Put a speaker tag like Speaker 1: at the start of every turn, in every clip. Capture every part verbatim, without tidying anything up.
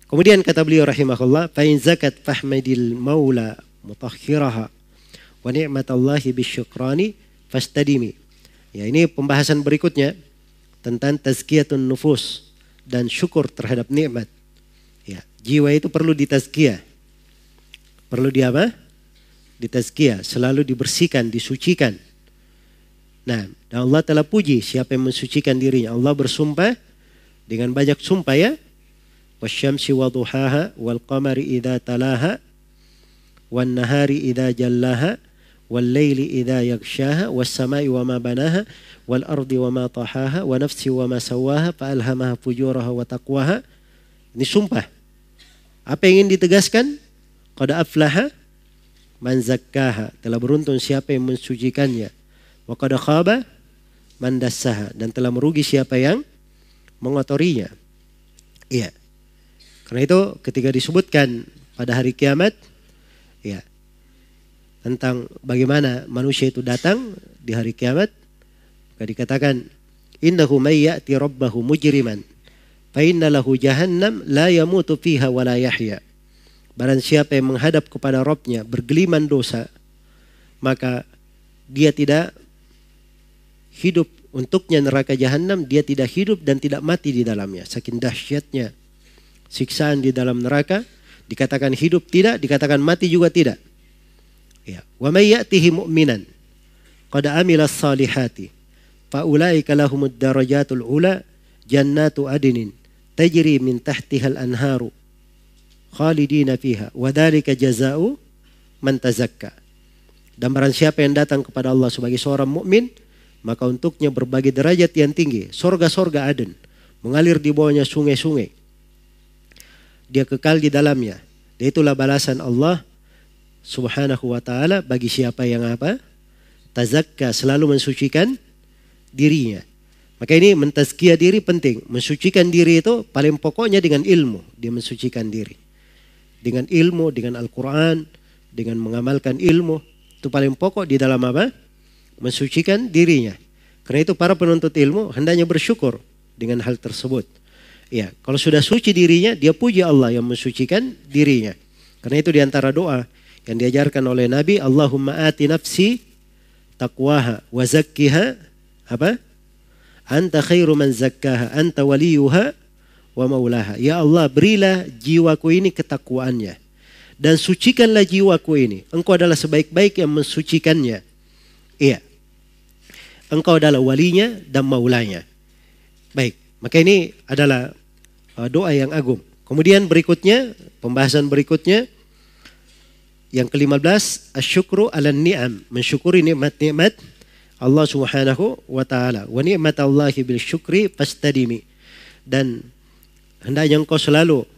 Speaker 1: Kemudian kata beliau rahimahullah, fa in zakat fahmadil maula mutahhiraha wa ni'matallahi bisyukrani fastadimi. Ya, ini pembahasan berikutnya tentang tazkiyatun nufus dan syukur terhadap nikmat. Ya, jiwa itu perlu ditazkiyah. Perlu di apa? Ditazkiyah, selalu dibersihkan, disucikan. Nah, dan Allah telah puji siapa yang mensucikan dirinya. Allah bersumpah dengan banyak sumpah ya. Wasyamsi wa duhaha wal qamari idza talaha wan nahari idza jallaha wal laili idza yaghshaha was samai wa ma banaha wal ardi wa ma tahaha wa nafsi wa ma sawaha fa alhamaha fujuraha wa taqwaha. Ini sumpah. Apa yang ingin ditegaskan? Qad aflaha man zakkaha, telah beruntung siapa yang mensucikannya. Wa qad khaba man dassaha, dan telah merugi siapa yang mengotorinya. Iya. Karena itu ketika disebutkan pada hari kiamat, ya, tentang bagaimana manusia itu datang di hari kiamat, maka dikatakan innahu may ya'ti rabbahu mujriman fa inna lahu jahannam la yamutu fiha wa la yahya. Barang siapa yang menghadap kepada Rabbnya bergeliman dosa, maka dia tidak hidup, untuknya neraka jahanam, dia tidak hidup dan tidak mati di dalamnya. Saking dahsyatnya siksaan di dalam neraka, dikatakan hidup tidak, dikatakan mati juga tidak. Ya, wa may ya'tihi mu'minan qad amila salihati fa ulaika lahumud darajatul ula jannatu adnin tajri min tahtihal anharu khalidina fiha wa dzalika jazaa'u man tazakka. Dan barang siapa yang datang kepada Allah sebagai seorang mukmin, maka untuknya berbagai derajat yang tinggi, sorga-sorga Aden, mengalir di bawahnya sungai-sungai. Dia kekal di dalamnya. Dan itulah balasan Allah subhanahu wa ta'ala bagi siapa yang apa? Tazakka, selalu mensucikan dirinya. Maka ini mentazkiyah diri penting. Mensucikan diri itu paling pokoknya dengan ilmu. Dia mensucikan diri. Dengan ilmu, dengan Al-Quran, dengan mengamalkan ilmu. Itu paling pokok di dalam apa? Mensucikan dirinya. Karena itu para penuntut ilmu hendaknya bersyukur dengan hal tersebut. Ya, kalau sudah suci dirinya, dia puji Allah yang mensucikan dirinya. Karena itu diantara doa yang diajarkan oleh Nabi, Allahumma ati nafsi taqwaha wa zakkiha apa? Anta khairu man zakkaha, anta waliyuha wa maulaha. Ya Allah, berilah jiwaku ini ketakwaannya dan sucikanlah jiwaku ini. Engkau adalah sebaik-baik yang mensucikannya. Iya. Engkau adalah walinya dan maulanya. Baik. Maka ini adalah uh, doa yang agung. Kemudian berikutnya, pembahasan berikutnya, yang kelima belas, asyukru ala ni'am, mensyukuri nikmat-nikmat Allah subhanahu wa ta'ala. Wa ni'matallahi bil syukri fastadimi. Dan hendaknya engkau selalu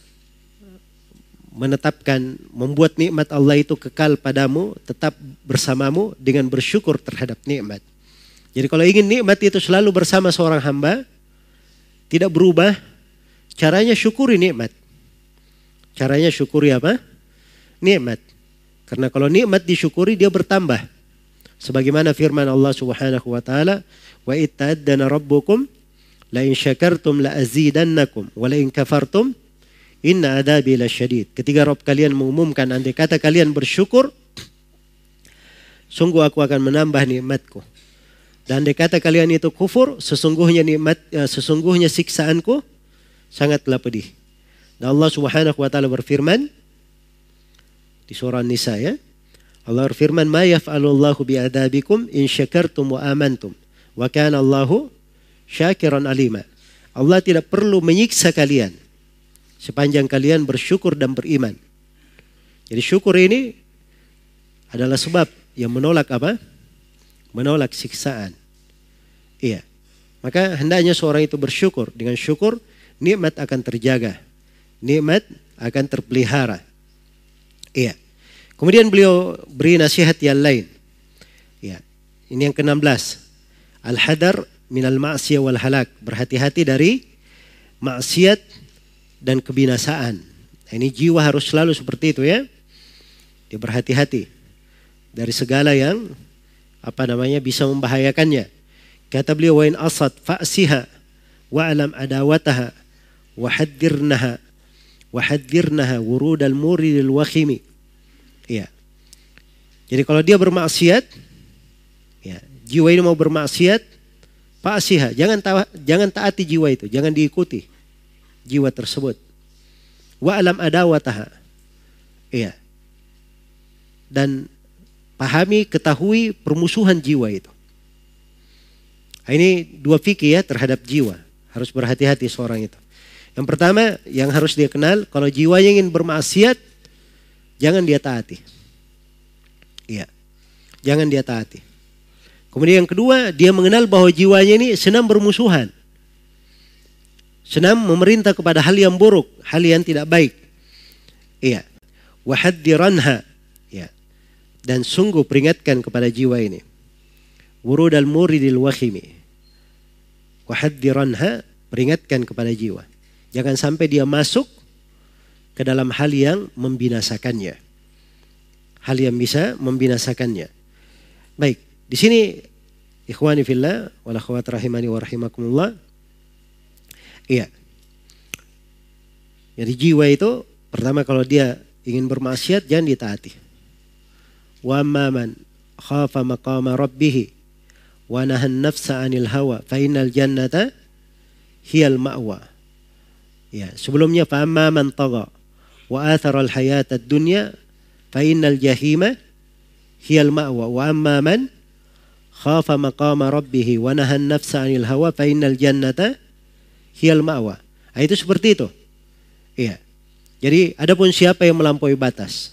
Speaker 1: menetapkan, membuat nikmat Allah itu kekal padamu, tetap bersamamu dengan bersyukur terhadap nikmat. Jadi kalau ingin nikmat itu selalu bersama seorang hamba, tidak berubah, caranya syukuri nikmat. Caranya syukuri apa? Nikmat. Karena kalau nikmat disyukuri, dia bertambah. Sebagaimana firman Allah subhanahu wa ta'ala, wa itta'addana rabbukum la in syakartum la azidannakum wa la in kafartum inna adabi lasyadid. Ketika Rabb kalian mengumumkan, andai kata kalian bersyukur, sungguh aku akan menambah nikmatku. Dan andai kata kalian itu kufur, sesungguhnya nikmat, sesungguhnya siksaanku sangatlah pedih. Dan Allah subhanahu wa ta'ala berfirman di surah An-Nisa, ya. Allah berfirman, ma yaf'alullahu bi'adabikum in syakartum wa amantum wa kana Allahu syakiran alima. Allah tidak perlu menyiksa kalian sepanjang kalian bersyukur dan beriman. Jadi syukur ini adalah sebab yang menolak apa? Menolak siksaan. Iya. Maka hendaknya seorang itu bersyukur. Dengan syukur, nikmat akan terjaga. Nikmat akan terpelihara. Iya. Kemudian beliau beri nasihat yang lain. Iya. Ini yang keenam belas. Al-hadar minal ma'siyah wal halak. Berhati-hati dari maksiat dan kebinasaan. Nah, ini jiwa harus selalu seperti itu, ya. Dia berhati-hati dari segala yang apa namanya bisa membahayakannya. Kata beliau, wa in asad fa'siha wa alam adawataha wa haddirnaha Wahadzirnaha wurudal muridil wakhimi. Ya. Jadi kalau dia bermaksiat, ya, jiwa ini mau bermaksiat, fa'asiha, jangan ta jangan taati jiwa itu, jangan diikuti jiwa tersebut. Wa alam adawataha. Iya. Dan pahami, ketahui permusuhan jiwa itu. Nah, ini dua fikih ya terhadap jiwa. Harus berhati-hati seorang itu. Yang pertama yang harus dia kenal, kalau jiwanya ingin bermaksiat, jangan dia taati. Iya, jangan dia taati. Kemudian yang kedua, dia mengenal bahwa jiwanya ini senang bermusuhan. Senang memerintah kepada hal yang buruk, hal yang tidak baik. Iya. Wahaddiranha. Ya. Dan sungguh peringatkan kepada jiwa ini. Wurudal muridil wakhimi. Wahaddiranha, peringatkan kepada jiwa. Jangan sampai dia masuk ke dalam hal yang membinasakannya. Hal yang bisa membinasakannya. Baik, di sini ikhwani fillah wal akhwat rahimani wa rahimakumullah. Iya. Jadi jiwa itu pertama kalau dia ingin bermaksiat jangan ditaati. Wa amman khafa maqama rabbih wa nahan nafsa 'anil hawa fa innal jannata hiyal ma'wa. Ya, sebelumnya fa amman tagha wa athara al hayata ad-dunya fa innal jahima hiyal ma'wa wa amma man khafa maqama rabbih wa nahan nafsa 'anil hawa fa innal jannata hiyal ma'wa. Nah, itu seperti itu. Iya. Jadi adapun siapa yang melampaui batas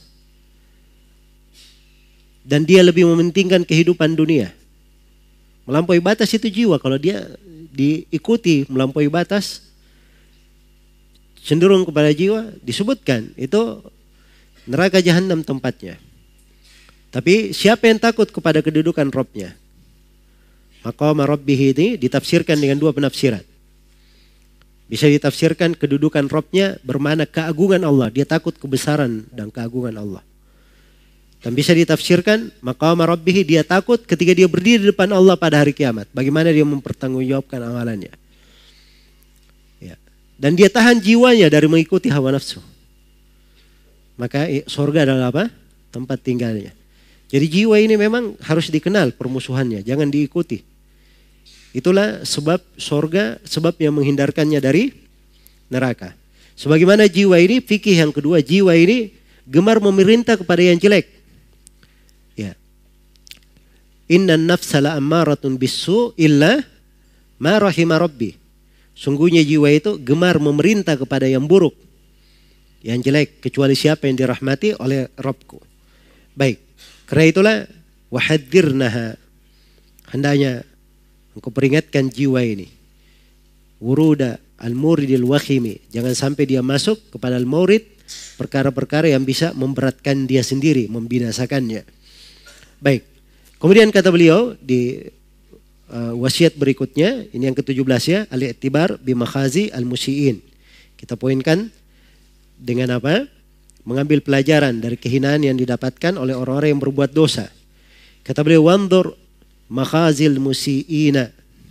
Speaker 1: dan dia lebih mementingkan kehidupan dunia. Melampaui batas itu jiwa, kalau dia diikuti melampaui batas cenderung kepada jiwa, disebutkan itu neraka jahanam tempatnya. Tapi siapa yang takut kepada kedudukan Rabbnya? Maqama rabbih ini ditafsirkan dengan dua penafsiran. Bisa ditafsirkan kedudukan Rabbnya bermakna keagungan Allah. Dia takut kebesaran dan keagungan Allah. Dan bisa ditafsirkan maqama rabbih, dia takut ketika dia berdiri di depan Allah pada hari kiamat. Bagaimana dia mempertanggungjawabkan amalannya. Ya. Dan dia tahan jiwanya dari mengikuti hawa nafsu. Maka surga adalah apa? Tempat tinggalnya. Jadi jiwa ini memang harus dikenal permusuhannya, jangan diikuti. Itulah sebab surga, sebab yang menghindarkannya dari neraka. Sebagaimana jiwa ini, fikih yang kedua, jiwa ini gemar memerintah kepada yang jelek. Ya. Innan nafsa la ammaratun bisu illa ma rahima rabbi. Sungguhnya jiwa itu gemar memerintah kepada yang buruk, yang jelek, kecuali siapa yang dirahmati oleh Rabbku. Baik, karena itulah wahadzirnaha, hendaknya engkau peringatkan jiwa ini. Wuruda al-muridil wakhimi, jangan sampai dia masuk kepada al-murid perkara-perkara yang bisa memberatkan dia sendiri, membinasakannya. Baik, kemudian kata beliau di uh, wasiat berikutnya, ini yang ketujuh belas ya, al-i'tibar bimakhazi al-musiin. Kita poinkan dengan apa? Mengambil pelajaran dari kehinaan yang didapatkan oleh orang-orang yang berbuat dosa. Kata beliau, wandur makhazil musiina.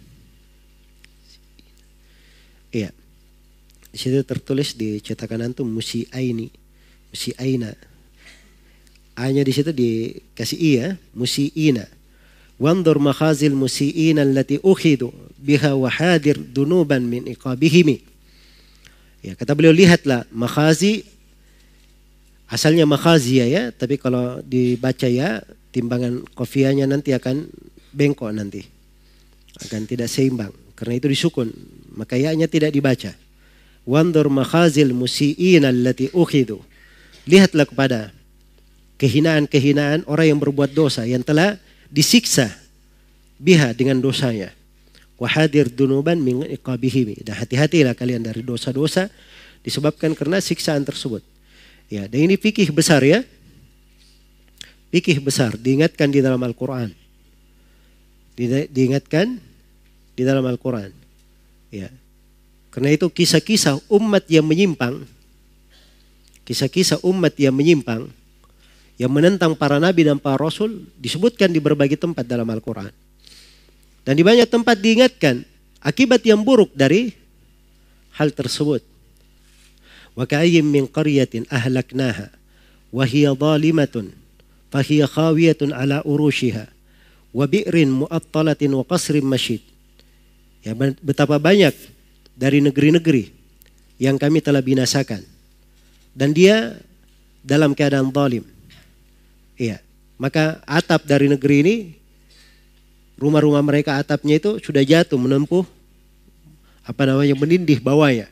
Speaker 1: Iya. Di situ tertulis di cetakan antum musiaini, musiaina. A-nya di situ dikasih i ya, musiina. Wandur makhazil musiina allati ukhidu biha wa hadir dunuban min iqabihimi. Ya, kata beliau, lihatlah makhazi, asalnya makhazia ya, tapi kalau dibaca ya timbangan kofianya nanti akan bengkok nanti, akan tidak seimbang karena itu disukun, maka ya-nya tidak dibaca. Wandur makhazil musiin allati ukhidu, lihatlah kepada kehinaan-kehinaan orang yang berbuat dosa yang telah disiksa biha dengan dosanya. Wahadir dunuban min iqabihim, dan hati-hatilah kalian dari dosa-dosa disebabkan karena siksaan tersebut. Ya, dan ini fikih besar ya. Fikih besar diingatkan di dalam Al-Qur'an. Di, diingatkan di dalam Al-Qur'an. Ya. Karena itu kisah-kisah umat yang menyimpang, kisah-kisah umat yang menyimpang, yang menentang para nabi dan para rasul disebutkan di berbagai tempat dalam Al-Qur'an. Dan di banyak tempat diingatkan akibat yang buruk dari hal tersebut. Wa ka'ayyim min qaryatin ahlaknaha wa hiya zalimatun fa hiya khawiyatun ala urushiha wa bi'rin mu'attalatin wa qasrin masyid. Ya, betapa banyak dari negeri-negeri yang kami telah binasakan dan dia dalam keadaan zalim. Iya, maka atap dari negeri ini, rumah-rumah mereka atapnya itu sudah jatuh menempuh apa namanya menindih bawahnya.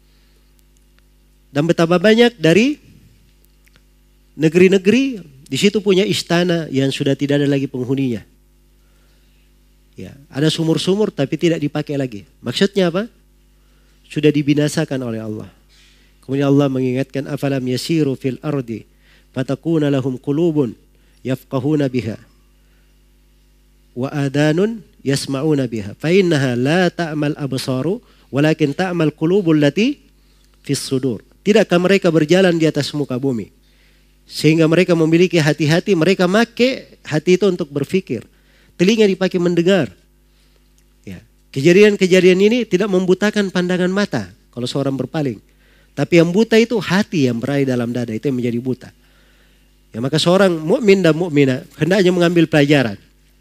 Speaker 1: Dan betapa banyak dari negeri-negeri di situ punya istana yang sudah tidak ada lagi penghuninya. Ya, ada sumur-sumur tapi tidak dipakai lagi. Maksudnya apa? Sudah dibinasakan oleh Allah. Kemudian Allah mengingatkan, afalam yasiru fil ardi fatakuna lahum qulubun yafqahuna biha wa adanun yasma'una biha fa innaha la ta'mal absaru walakin ta'mal qulubul lati fis sudur. Tidakkah mereka berjalan di atas muka bumi sehingga mereka memiliki hati-hati, mereka make hati itu untuk berpikir, telinga dipakai mendengar. Ya, kejadian-kejadian ini tidak membutakan pandangan mata kalau seorang berpaling, tapi yang buta itu hati yang berada dalam dada, itu yang menjadi buta. Ya, maka seorang mukmin dan mukminah hendaknya mengambil pelajaran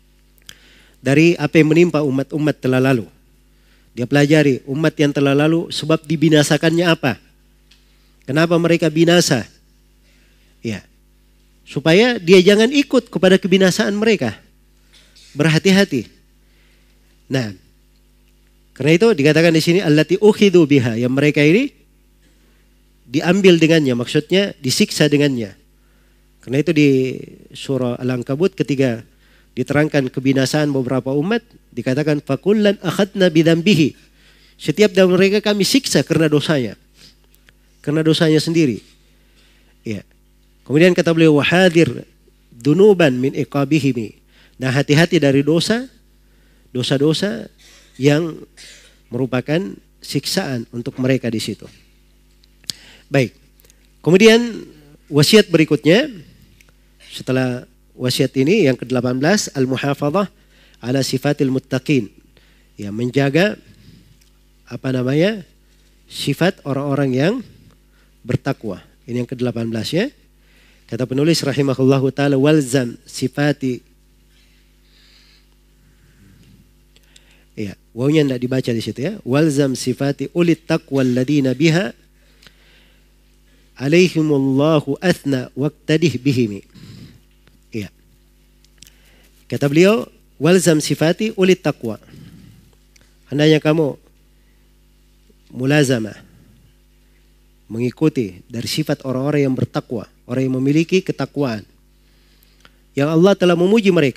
Speaker 1: dari apa yang menimpa umat-umat telah lalu. Dia pelajari umat yang telah lalu sebab dibinasakannya apa? Kenapa mereka binasa? Ya, supaya dia jangan ikut kepada kebinasaan mereka. Berhati-hati. Nah, karena itu dikatakan di sini allati ukhidhu biha, yang mereka ini diambil dengannya, maksudnya disiksa dengannya. Karena itu di surah Al-Ankabut ketika diterangkan kebinasaan beberapa umat, dikatakan fakullan akhadna bidzambihi. Setiap dari mereka kami siksa karena dosanya. Karena dosanya sendiri. Ya. Kemudian kata beliau wahadir dunuban min iqabihimi. Nah, hati-hati dari dosa, dosa-dosa yang merupakan siksaan untuk mereka di situ. Baik. Kemudian wasiat berikutnya setelah wasiat ini yang ke delapan belas, al-muhafadzah ala sifatil muttaqin. Ya, menjaga apa namanya? Sifat orang-orang yang bertakwa. Ini yang ke delapan belas ya. Kata penulis rahimahullahu taala walzam sifati. Ya, wawnya enggak dibaca di situ ya. Walzam sifati ulit taqwa alladziina biha alaihimullahu athna waqtadih bihimi. Iya. Kata beliau, walzam sifati ulit taqwa. Hendaknya kamu mulazamah, mengikuti dari sifat orang-orang yang bertakwa, orang yang memiliki ketakwaan, yang Allah telah memuji mereka.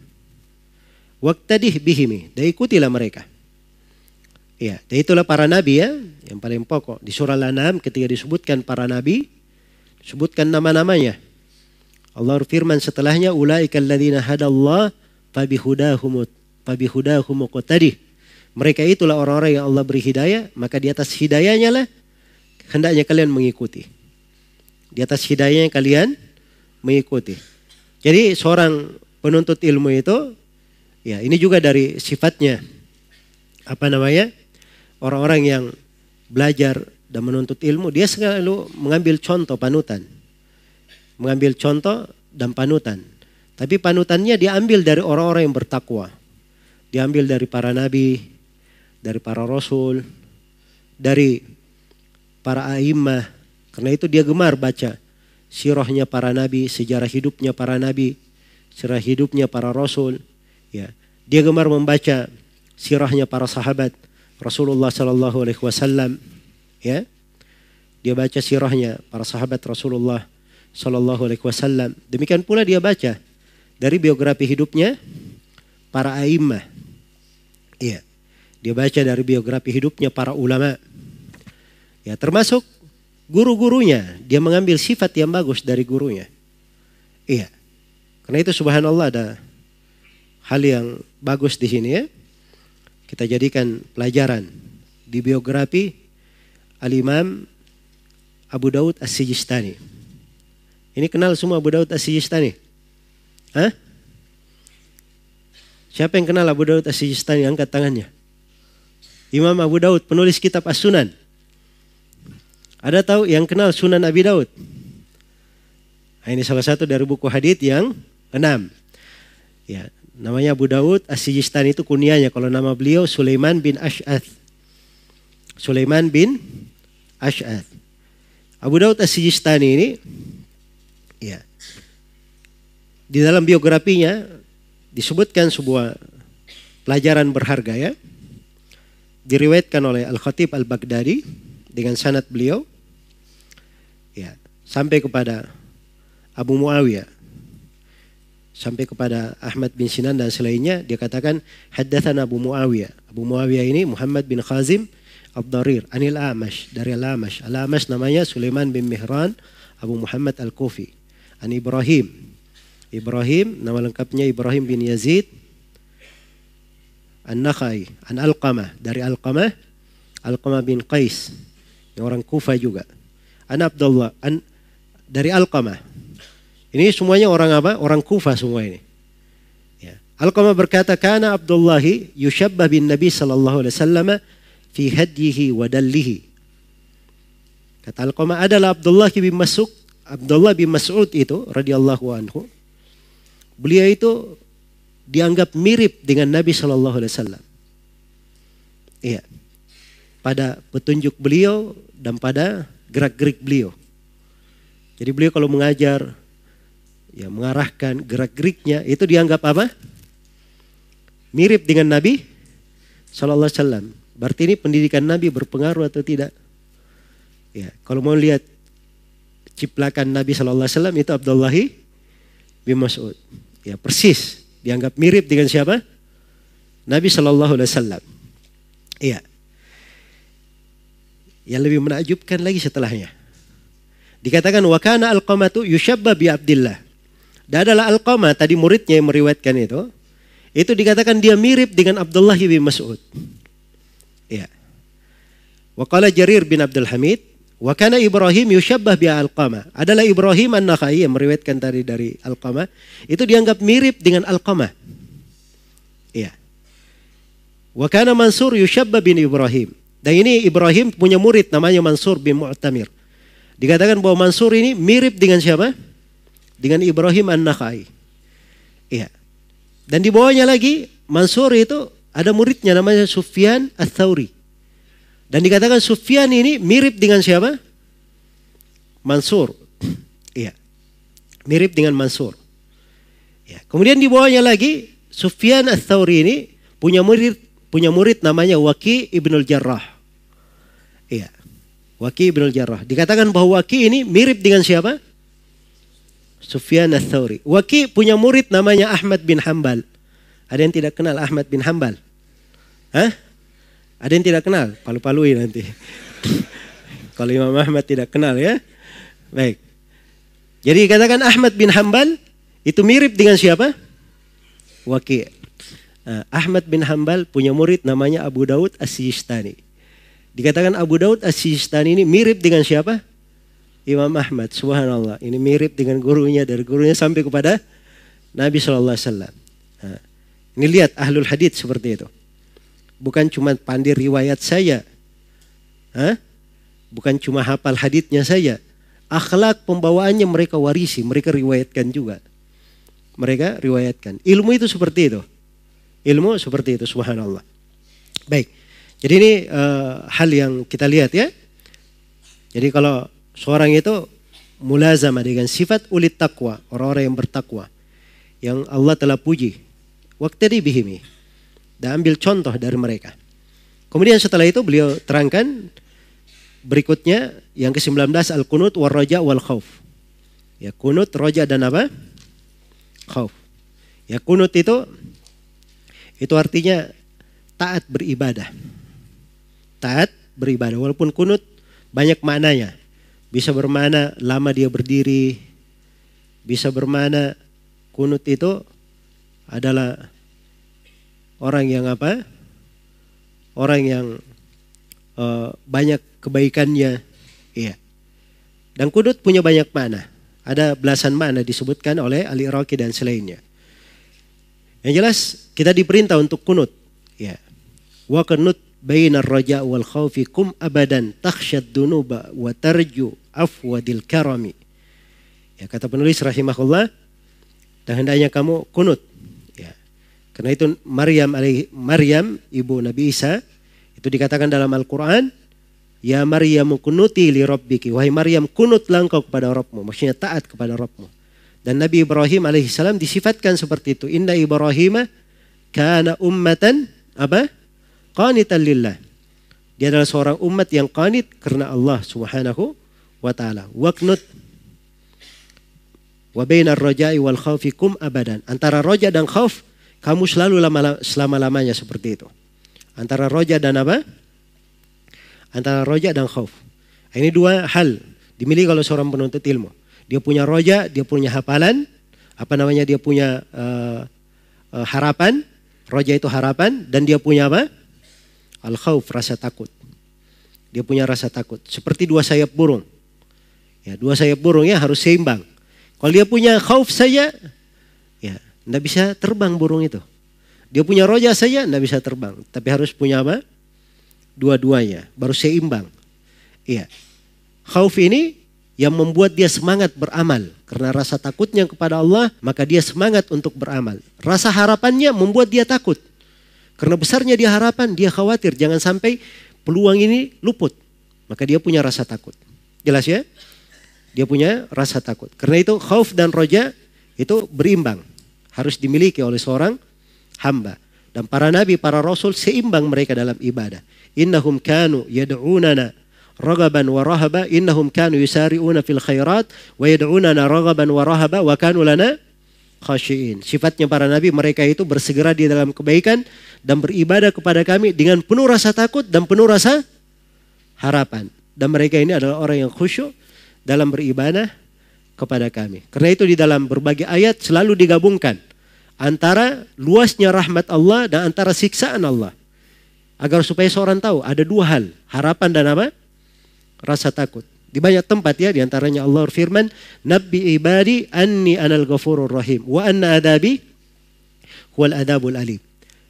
Speaker 1: Waqtadih bihimi, dan ikutilah mereka. Ya, dan itulah para nabi ya, yang paling pokok. Di surah Al-An'am ketika disebutkan para nabi, disebutkan nama-namanya. Allah firman setelahnya, ulaikal ladzina hadallah fabihudahum fabihudahum muqtadih. Mereka itulah orang-orang yang Allah beri hidayah, maka di atas hidayahnya lah hendaknya kalian mengikuti. Di atas hidayahnya kalian mengikuti. Jadi seorang penuntut ilmu itu, ya ini juga dari sifatnya, apa namanya, orang-orang yang belajar dan menuntut ilmu, dia selalu mengambil contoh panutan. Mengambil contoh dan panutan. Tapi panutannya diambil dari orang-orang yang bertakwa. Diambil dari para nabi, dari para rasul, dari para a'immah. Karena itu dia gemar baca sirahnya para nabi, sejarah hidupnya para nabi, sejarah hidupnya para rasul. Ya, dia gemar membaca sirahnya para sahabat Rasulullah Sallallahu Alaihi Wasallam. Ya, dia baca sirahnya para sahabat Rasulullah Sallallahu Alaihi Wasallam. Demikian pula dia baca dari biografi hidupnya para a'immah. Iya, dia baca dari biografi hidupnya para ulama. Ya, termasuk guru-gurunya, dia mengambil sifat yang bagus dari gurunya. Iya, karena itu subhanallah ada hal yang bagus di sini ya. Kita jadikan pelajaran di biografi Al-Imam Abu Daud As-Sijistani. Ini kenal semua Abu Daud As-Sijistani? Hah? Siapa yang kenal Abu Daud As-Sijistani? Angkat tangannya. Imam Abu Daud, penulis kitab As-Sunan. Ada tahu yang kenal Sunan Abi Daud? Nah, ini salah satu dari buku hadits yang enam. Ya, namanya Abu Daud As-Sijistani, itu kunyahnya. Kalau nama beliau Sulaiman bin Ash'ath. Sulaiman bin Ash'ath. Abu Daud As-Sijistani ini, ya, di dalam biografinya disebutkan sebuah pelajaran berharga, ya. Diriwayatkan oleh Al-Khatib Al-Baghdadi dengan sanad beliau, ya, sampai kepada Abu Muawiyah, sampai kepada Ahmad bin Sinan dan selainnya. Dia katakan haddatsana Abu Muawiyah. Abu Muawiyah ini Muhammad bin Khazim Ad-Darir anil A'mash, dari Al-A'mash. Al-A'mash namanya Sulaiman bin Mihran Abu Muhammad Al-Kufi. An Ibrahim. Ibrahim nama lengkapnya Ibrahim bin Yazid An-Nakhai, An Alqamah, dari Alqamah, Alqamah bin Qais, orang Kufa juga. An Abdullah, an, dari Alqamah. Ini semuanya orang apa? Orang Kufa semua ini. Ya. Alqamah berkata, kana Abdullahi yushabbah bin Nabi sallallahu alaihi wasallam fi hadyihi wa dallihi. Kata Alqamah, adalah Abdullah bin Mas'ud, Abdullah bin Mas'ud itu radhiyallahu anhu. Beliau itu dianggap mirip dengan Nabi Shallallahu Alaihi Wasallam. Iya, pada petunjuk beliau dan pada gerak-gerik beliau. Jadi beliau kalau mengajar, ya mengarahkan gerak-geriknya itu dianggap apa? Mirip dengan Nabi Shallallahu Alaihi Wasallam. Berarti ini pendidikan Nabi berpengaruh atau tidak? Ya, kalau mau lihat ciplakan Nabi Shallallahu Alaihi Wasallam itu Abdullah bin Mas'ud. Ya persis. Dianggap mirip dengan siapa? Nabi Shallallahu Alaihi Wasallam. Iya. Yang lebih menakjubkan lagi setelahnya. Dikatakan wakana Alqamatu yushabba bi Abdillah. Dan adalah Alqamah tadi muridnya yang meriwayatkan itu. Itu dikatakan dia mirip dengan Abdullah bin Mas'ud. Iya. Waqala Jarir bin Abdul Hamid. Wakana Ibrahim yushabbah bi Alqamah. Adalah Ibrahim An-Nakhai yang meriwayatkan tadi dari Alqamah. Itu dianggap mirip dengan Alqamah. Iya. Wakana Mansur yushabbah bin Ibrahim. Dan ini Ibrahim punya murid namanya Mansur bin Mu'tamir. Dikatakan bahwa Mansur ini mirip dengan siapa? Dengan Ibrahim An-Nakhai. Iya. Dan di bawahnya lagi Mansur itu ada muridnya namanya Sufyan Ats-Tsauri. Dan dikatakan Sufyan ini mirip dengan siapa? Mansur. Iya. Mirip dengan Mansur. Ya. Kemudian di bawahnya lagi Sufyan Ats-Tsauri ini punya murid punya murid namanya Waqi' ibnul Jarrah. Iya. Waqi' ibnul Jarrah. Dikatakan bahwa Waqi' ini mirip dengan siapa? Sufyan Ats-Tsauri. Waqi' punya murid namanya Ahmad bin Hanbal. Ada yang tidak kenal Ahmad bin Hanbal? Hah? Ada yang tidak kenal? Palu-palui nanti. Kalau Imam Ahmad tidak kenal ya. Baik. Jadi katakan Ahmad bin Hanbal itu mirip dengan siapa? Waqi'. Nah, Ahmad bin Hanbal punya murid namanya Abu Daud As-Sijistani. Dikatakan Abu Daud As-Sijistani ini mirip dengan siapa? Imam Ahmad. Subhanallah. Ini mirip dengan gurunya, dari gurunya sampai kepada Nabi shallallahu alaihi wasallam. Nah, ini lihat ahlul hadits seperti itu. Bukan cuma pandai riwayat saya. Hah? Bukan cuma hafal haditsnya saja. Akhlak pembawaannya mereka warisi. Mereka riwayatkan juga. Mereka riwayatkan. Ilmu itu seperti itu. Ilmu seperti itu. Subhanallah. Baik. Jadi ini uh, hal yang kita lihat ya. Jadi kalau seorang itu mulazamah dengan sifat ulit taqwa. Orang-orang yang bertakwa. Yang Allah telah puji. Waqtadi bihimi. Dan ambil contoh dari mereka. Kemudian setelah itu beliau terangkan berikutnya yang ke sembilan belas al-qunut wal raja wal khauf. Ya kunut, roja dan apa? Khauf. Ya kunut itu itu artinya taat beribadah. Taat beribadah walaupun kunut banyak maknanya. Bisa bermakna lama dia berdiri. Bisa bermakna kunut itu adalah orang yang apa? Orang yang uh, banyak kebaikannya. Iya. Dan kunut punya banyak makna. Ada belasan makna disebutkan oleh Al-Iraqi dan selainnya. Yang jelas kita diperintah untuk kunut. Ya. Wa qunut bainar raja wal khaufi kum abadan takhsyad dunuba wa tarju afwadil karami. Ya, kata penulis rahimahullah, dan hendaknya kamu kunut. Ya. Karena itu Maryam alaihi Maryam ibu Nabi Isa itu dikatakan dalam Al-Qur'an, ya Maryam kunuti li rabbiki, wahai Maryam kunutlah engkau kepada Rabbmu, maksudnya taat kepada Rabbmu. Dan Nabi Ibrahim alaihissalam disifatkan seperti itu. Inna Ibrahim kana ummatan apa? Qanitan lillah. Dia adalah seorang umat yang qanit karena Allah Subhanahu wa taala. Waqnut wa bainar raja'i wal khaufi kum abadan. Antara roja dan khauf kamu selalu lama, selama-lamanya seperti itu. Antara roja dan apa? Antara roja dan khauf. Ini dua hal dimiliki oleh seorang penuntut ilmu. Dia punya roja, dia punya hafalan, apa namanya, dia punya uh, uh, harapan. Roja itu harapan, dan dia punya apa? Al-khauf, rasa takut. Dia punya rasa takut. Seperti dua sayap burung. Ya, dua sayap burung ya harus seimbang. Kalau dia punya khauf saja, ya, tidak bisa terbang burung itu. Dia punya roja saja, tidak bisa terbang. Tapi harus punya apa? Dua-duanya, baru seimbang. Iya. Khauf ini yang membuat dia semangat beramal. Karena rasa takutnya kepada Allah, maka dia semangat untuk beramal. Rasa harapannya membuat dia takut. Karena besarnya dia harapan, dia khawatir jangan sampai peluang ini luput. Maka dia punya rasa takut. Jelas ya? Dia punya rasa takut. Karena itu khauf dan roja itu berimbang. Harus dimiliki oleh seorang hamba. Dan para nabi, para rasul seimbang mereka dalam ibadah. Innahum kanu yad'unana ragaban wa rahaba, innahum kanu yusari'una fil khairat wa yad'unana ragaban wa rahaba wa kanu lana khashiin. Sifatnya para nabi, mereka itu bersegera di dalam kebaikan dan beribadah kepada kami dengan penuh rasa takut dan penuh rasa harapan. Dan mereka ini adalah orang yang khusyuk dalam beribadah kepada kami. Karena itu di dalam berbagai ayat selalu digabungkan antara luasnya rahmat Allah dan antara siksaan Allah. Agar supaya seorang tahu ada dua hal, harapan dan apa? Rasa takut. Di banyak tempat ya, diantaranya Allah firman, Nabbi ibadi anni anal ghafurur rahim wa anna adabi huwal adabul alim.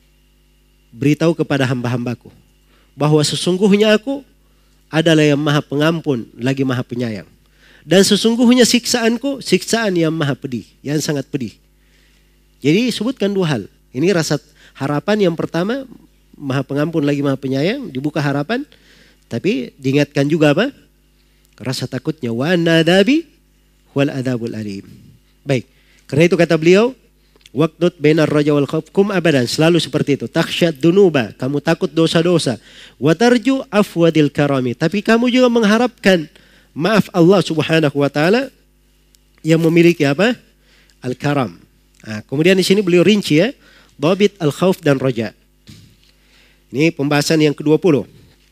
Speaker 1: Beritahu kepada hamba-hambaku bahwa sesungguhnya aku adalah yang maha pengampun lagi maha penyayang. Dan sesungguhnya siksaanku siksaan yang maha pedih, yang sangat pedih. Jadi sebutkan dua hal. Ini rasa harapan yang pertama, maha pengampun lagi maha penyayang, dibuka harapan. Tapi diingatkan juga apa? Rasa takutnya. Wa nadabi wal adabul alim. Baik. Karena itu kata beliau, waqnut bainar raja wal khauf kum abadan. Selalu seperti itu. Takhsyad dunuba. Kamu takut dosa-dosa. Wa tarju afwadil karami. Tapi kamu juga mengharapkan maaf Allah Subhanahu wa taala yang memiliki apa? Al-karam. Nah, kemudian di sini beliau rinci ya. Dhabit al-khauf dan raja. Ini pembahasan yang kedua puluh.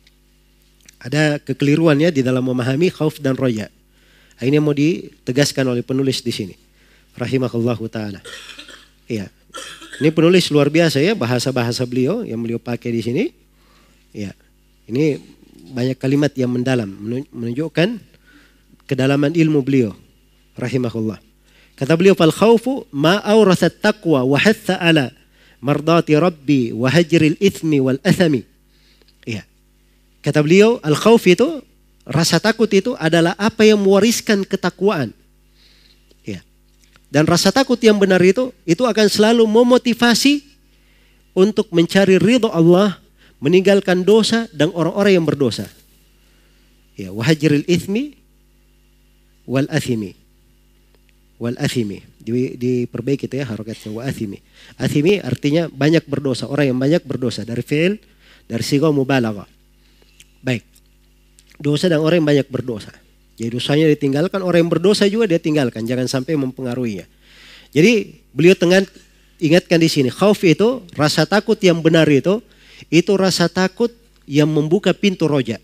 Speaker 1: Ada kekeliruan ya di dalam memahami khauf dan roja. Ini mau ditegaskan oleh penulis di sini. Rahimahullahu ta'ala. Iya. Ini penulis luar biasa ya, bahasa-bahasa beliau yang beliau pakai di sini. Iya. Ini banyak kalimat yang mendalam, menunjukkan kedalaman ilmu beliau. Rahimahullah. Kata beliau, fal khaufu ma awrathat taqwa wa hatha ala mardati rabbi wa hajril ithmi wal athami. Iya. Kata beliau, al-khauf itu, rasa takut itu adalah apa yang mewariskan ketakwaan. Ya. Dan rasa takut yang benar itu, itu akan selalu memotivasi untuk mencari ridho Allah, meninggalkan dosa dan orang-orang yang berdosa. Ya, wahajril ithmi wal athimi. Wal athimi. Di, diperbaiki itu ya harokatnya, wa athimi. Athimi artinya banyak berdosa, orang yang banyak berdosa. Dari fi'il, dari sigha mubalaghah. Baik, dosa dan orang yang banyak berdosa. Jadi dosanya ditinggalkan, orang yang berdosa juga dia tinggalkan, jangan sampai mempengaruhinya. Jadi beliau tengah ingatkan di sini, khauf itu, rasa takut yang benar itu, itu rasa takut yang membuka pintu roja.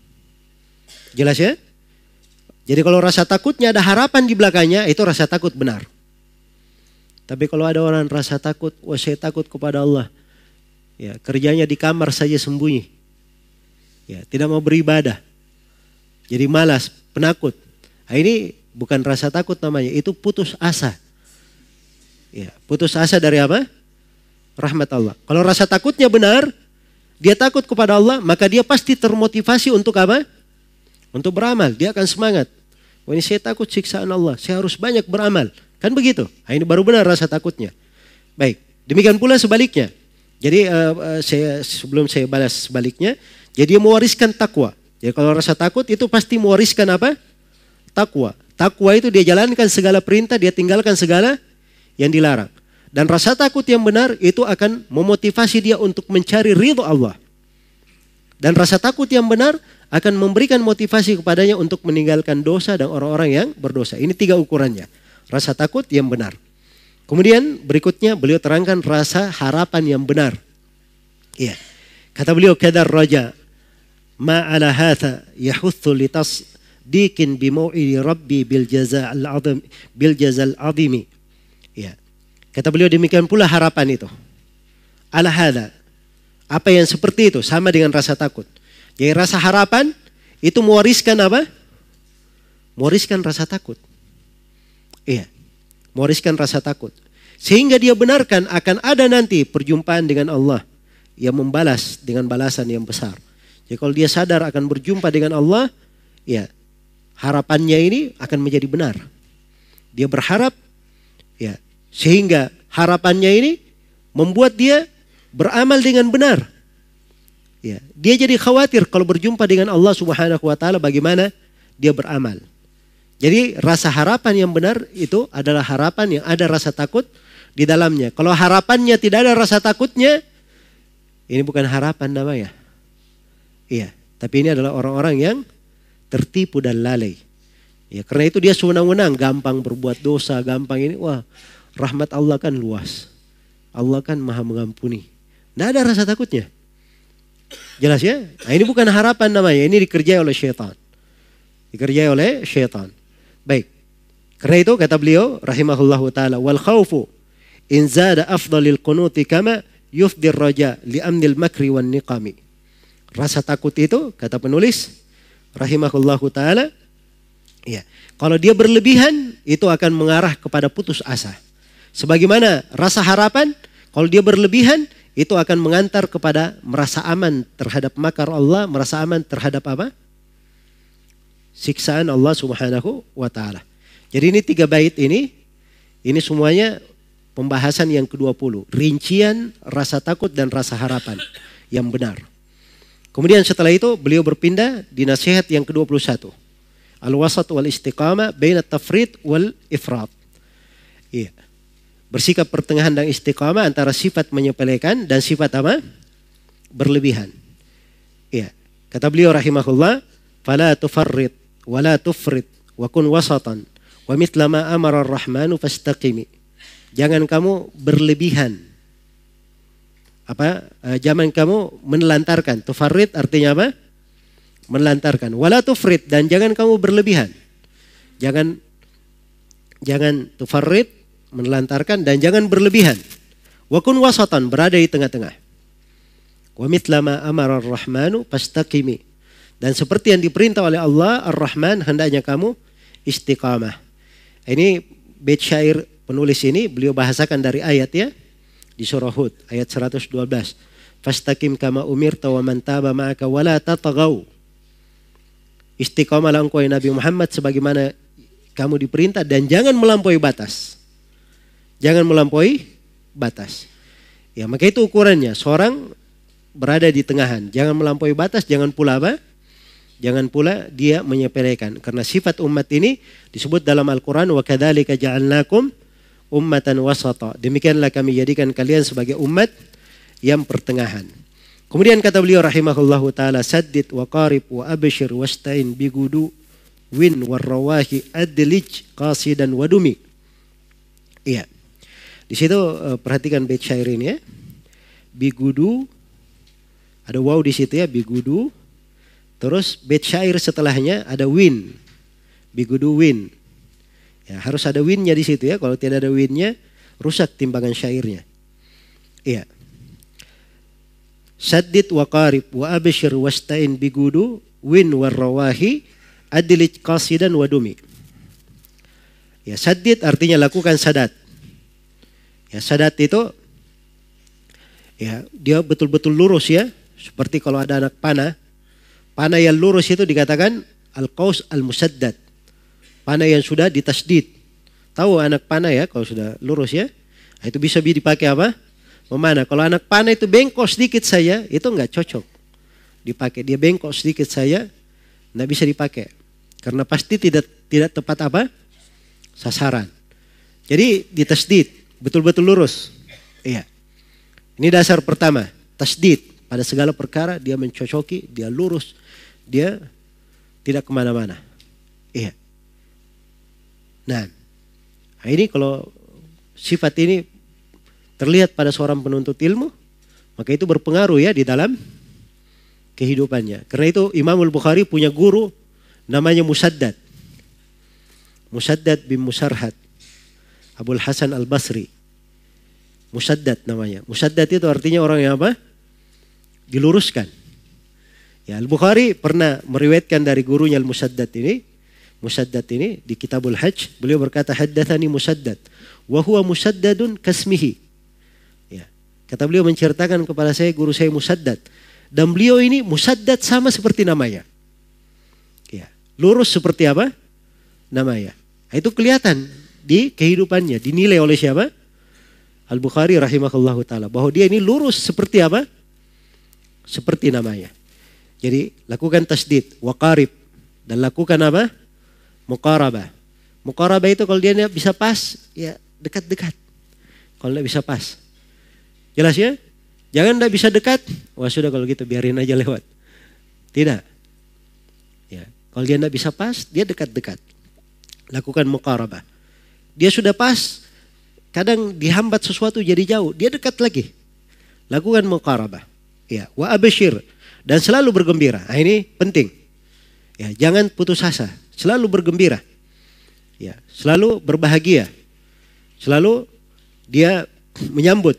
Speaker 1: Jelas ya? Jadi kalau rasa takutnya ada harapan di belakangnya, itu rasa takut benar. Tapi kalau ada orang rasa takut, wah saya takut kepada Allah, ya kerjanya di kamar saja sembunyi. Ya, tidak mau beribadah. Jadi malas, penakut. Nah, ini bukan rasa takut namanya, itu putus asa. Ya, putus asa dari apa? Rahmat Allah. Kalau rasa takutnya benar, dia takut kepada Allah, maka dia pasti termotivasi untuk apa? Untuk beramal. Dia akan semangat. Wah, ini saya takut siksaan Allah, saya harus banyak beramal. Kan begitu. Nah, ini baru benar rasa takutnya. Baik, demikian pula sebaliknya. Jadi uh, uh, saya sebelum saya balas sebaliknya, jadi dia mewariskan takwa. Jadi kalau rasa takut itu pasti mewariskan apa? Takwa. Takwa itu dia jalankan segala perintah, dia tinggalkan segala yang dilarang. Dan rasa takut yang benar itu akan memotivasi dia untuk mencari ridho Allah. Dan rasa takut yang benar akan memberikan motivasi kepadanya untuk meninggalkan dosa dan orang-orang yang berdosa. Ini tiga ukurannya. Rasa takut yang benar. Kemudian berikutnya beliau terangkan rasa harapan yang benar. Iya. Kata beliau, kadar raja ma ala hatha yahuthu litasdiqin bimau'idi rabbi bil jaza'al azim bil jaza'al azimi. Iya. Kata beliau demikian pula harapan itu. Ala hadha. Apa yang seperti itu sama dengan rasa takut. Jadi rasa harapan itu mewariskan apa? Mewariskan rasa takut. Iya. Mewariskan rasa takut. Sehingga dia benarkan akan ada nanti perjumpaan dengan Allah yang membalas dengan balasan yang besar. Jadi kalau dia sadar akan berjumpa dengan Allah, ya harapannya ini akan menjadi benar. Dia berharap, ya sehingga harapannya ini membuat dia beramal dengan benar. Ya, dia jadi khawatir kalau berjumpa dengan Allah Subhanahu wa taala bagaimana dia beramal. Jadi rasa harapan yang benar itu adalah harapan yang ada rasa takut di dalamnya. Kalau harapannya tidak ada rasa takutnya, ini bukan harapan namanya. Iya, tapi ini adalah orang-orang yang tertipu dan lalai. Ya, karena itu dia sewenang-wenang, gampang berbuat dosa, gampang ini. Wah, rahmat Allah kan luas. Allah kan maha mengampuni. Tidak ada rasa takutnya. Jelas ya? Nah, ini bukan harapan namanya, ini dikerjai oleh syaitan. Dikerjai oleh syaitan. Baik. Karena itu kata beliau rahimahullahu taala, wal khaufu in zada afdalil qunuti kama yufdir raja li amnil makri wan niqami. Rasa takut itu kata penulis rahimahullahu taala, ya, kalau dia berlebihan itu akan mengarah kepada putus asa. Sebagaimana rasa harapan kalau dia berlebihan itu akan mengantar kepada merasa aman terhadap makar Allah, merasa aman terhadap apa? Siksaan Allah Subhanahu wa taala. Jadi ini tiga bait ini, ini semuanya pembahasan yang kedua puluh. Rincian rasa takut dan rasa harapan yang benar. Kemudian setelah itu beliau berpindah di nasihat yang kedua puluh satu. Al-wasat wal istiqamah baina tafrid wal ifrat. Iya. Bersikap pertengahan dan istiqamah antara sifat menyepelekan dan sifat apa? Berlebihan. Iya. Kata beliau rahimahullah, fala tufarrid wala tufrid wa kun wasatan wa mithla ma amara ar-rahmanu fastaqimi. Jangan kamu berlebihan. Apa? Uh, jangan kamu menelantarkan. Tufarrid artinya apa? Menelantarkan. Wala tufrid, dan jangan kamu berlebihan. Jangan jangan tufarrid, menelantarkan, dan jangan berlebihan. Wa kun wasatan, berada di tengah-tengah. Wa mithla ma amara ar-rahmanu fastaqimi. Dan seperti yang diperintah oleh Allah Ar-Rahman, hendaknya kamu istiqamah. Ini bait syair penulis ini beliau bahasakan dari ayat ya di surah Hud ayat seratus dua belas. Fastaqim kama umirta wa man taba ma'aka wa la tataghaw. Istiqamalah engkau ya Nabi Muhammad sebagaimana kamu diperintah dan jangan melampaui batas. Jangan melampaui batas. Ya, maka itu ukurannya. Seorang berada di tengahan, jangan melampaui batas, jangan pula apa? Jangan pula dia menyepelekan. Karena sifat umat ini disebut dalam Al-Quran, wa kadzalika ja'alnakum ummatan wasata. Demikianlah kami jadikan kalian sebagai umat yang pertengahan. Kemudian kata beliau rahimahullahu taala, saddid wa qarib wa abshir wasta'in bigudu win warrawahi adlij qasidan wadumi. Iya. Di situ uh, perhatikan bait syair ini ya. Bigudu, ada waw di situ ya, bigudu. Terus bait syair setelahnya ada win. Bigudu win. Ya, harus ada winnya di situ ya. Kalau tidak ada winnya, rusak timbangan syairnya. Iya. Saddid wa qarib wa abshir wasta'in bigudu win warrawahi adlij qasidan wadumi. Ya, saddid artinya lakukan sadat. Ya, sadat itu ya dia betul-betul lurus ya. Seperti kalau ada anak panah, panah yang lurus itu dikatakan al-qaus al-musaddad. Panah yang sudah ditasdid. Tahu anak panah ya kalau sudah lurus ya. Nah, itu bisa dipakai apa? Memanah. Kalau anak panah itu bengkok sedikit saja, itu enggak cocok dipakai. Dia bengkok sedikit saja, enggak bisa dipakai. Karena pasti tidak tidak tepat apa? Sasaran. Jadi ditasdid, betul-betul lurus. Iya. Ini dasar pertama, tasdid. Pada segala perkara dia mencocoki, dia lurus, dia tidak kemana-mana. Iya. Nah, ini kalau sifat ini terlihat pada seorang penuntut ilmu, maka itu berpengaruh ya di dalam kehidupannya. Karena itu Imam Al-Bukhari punya guru namanya Musaddad. Musaddad bin Musarhad. Abul Hasan Al-Basri. Musaddad namanya. Musaddad itu artinya orang yang apa? Diluruskan. Ya, Al-Bukhari pernah meriwayatkan dari gurunya Al-Musaddad ini, Musaddad ini di Kitabul Hajj, beliau berkata haddatsani Musaddad wa huwa musaddadun kasmihi. Ya. Kata beliau menceritakan kepada saya guru saya Musaddad, dan beliau ini Musaddad sama seperti namanya. Ya, lurus seperti apa? Namanya. Nah, itu kelihatan di kehidupannya, dinilai oleh siapa? Al-Bukhari rahimahullahu taala bahwa dia ini lurus seperti apa? Seperti namanya. Jadi lakukan tasdid, waqarib, dan lakukan apa? Muqarabah. Muqarabah itu kalau dia bisa pas, ya dekat-dekat. Kalau tidak bisa pas. Jelas ya? Jangan tidak bisa dekat, wah sudah kalau gitu biarin aja lewat. Tidak. Ya, kalau dia tidak bisa pas, dia dekat-dekat. Lakukan muqarabah. Dia sudah pas, kadang dihambat sesuatu jadi jauh, dia dekat lagi. Lakukan muqarabah. Ya, wa abshir, dan selalu bergembira. Nah, ini penting. Ya, jangan putus asa, selalu bergembira. Ya, selalu berbahagia. Selalu dia menyambut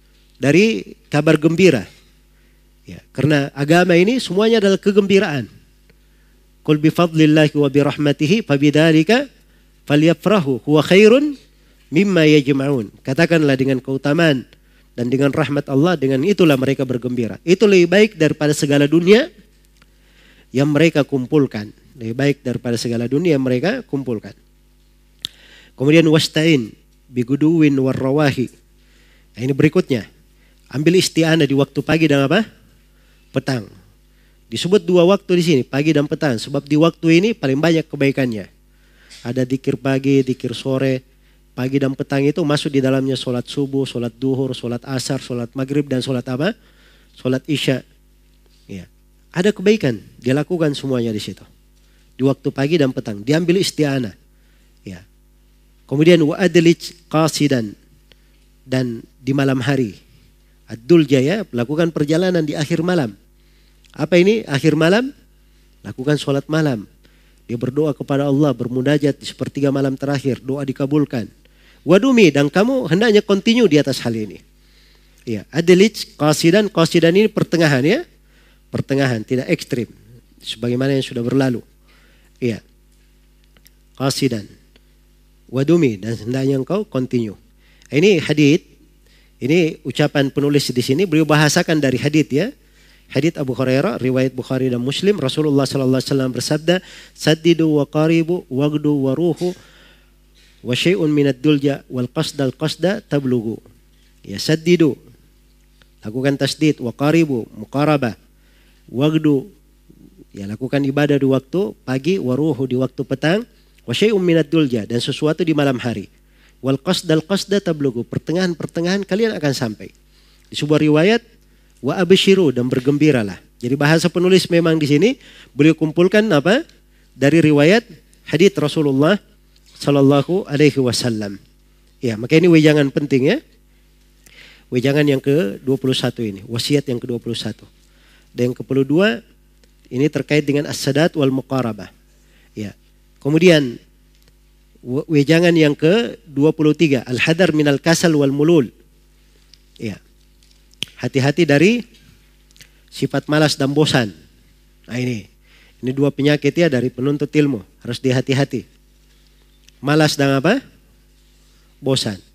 Speaker 1: dari kabar gembira. Ya, karena agama ini semuanya adalah kegembiraan. Qul bi fadlillahi wa bi rahmatihi fabidzalika falyafrahu huwa khairun mimma yajma'un. Katakanlah dengan keutamaan dan dengan rahmat Allah, dengan itulah mereka bergembira. Itu lebih baik daripada segala dunia yang mereka kumpulkan. Lebih baik daripada segala dunia yang mereka kumpulkan. Kemudian wasta'in biguduwin warrawahi. Nah, ini berikutnya. Ambil isti'anah di waktu pagi dan apa? Petang. Disebut dua waktu di sini, pagi dan petang. Sebab di waktu ini paling banyak kebaikannya. Ada dzikir pagi, dzikir sore. Pagi dan petang itu masuk di dalamnya sholat subuh, sholat duhur, sholat asar, sholat maghrib, dan sholat apa? Sholat isya. Ya. Ada kebaikan, dia lakukan semuanya di situ. Di waktu pagi dan petang, diambil isti'anah. Ya. Kemudian wa'adlij qasidan, dan di malam hari. Ad-dulja ya, lakukan perjalanan di akhir malam. Apa ini akhir malam? Lakukan sholat malam. Dia berdoa kepada Allah, bermunajat di sepertiga malam terakhir, doa dikabulkan. Wadumi, dan kamu hendaknya continue di atas hal ini. Ya, adlij qasidan, qasidan ini pertengahan ya. Pertengahan, tidak ekstrim. Sebagaimana yang sudah berlalu. Iya. Qasidan. Wadumi, dan hendaknya engkau continue. Ini hadits, ini ucapan penulis di sini, beliau bahasakan dari hadits ya. Hadits Abu Hurairah, riwayat Bukhari dan Muslim, Rasulullah sallallahu alaihi wasallam bersabda, "Saddidu wa qaribu wagdu wa ruhu wa syai'un minad dulja wal qasdal qasda tablughu." Ya, saddidu, lakukan tasdid, wa qaribu, muqarabah, wagdu, ya lakukan ibadah di waktu pagi, wa ruhu di waktu petang, wa syai'un minad dulja, dan sesuatu di malam hari. Wal qasdal qasda tablughu, pertengahan-pertengahan kalian akan sampai. Di sebuah riwayat, wa abshiru, dan bergembiralah. Jadi bahasa penulis memang di sini beliau kumpulkan apa? Dari riwayat hadits Rasulullah sallallahu alaihi wasallam. Ya, maka ini wejangan penting ya. Wejangan yang ke dua puluh satu ini, wasiat yang ke dua puluh satu. Dan yang ke puluh dua ini terkait dengan as-sadat wal muqarabah. Ya. Kemudian wejangan yang ke dua puluh tiga, al-hadar minal kasal wal mulul. Ya. Hati-hati dari sifat malas dan bosan. Nah ini, ini dua penyakit ya dari penuntut ilmu. Harus dihati-hati. Malas dan apa? Bosan.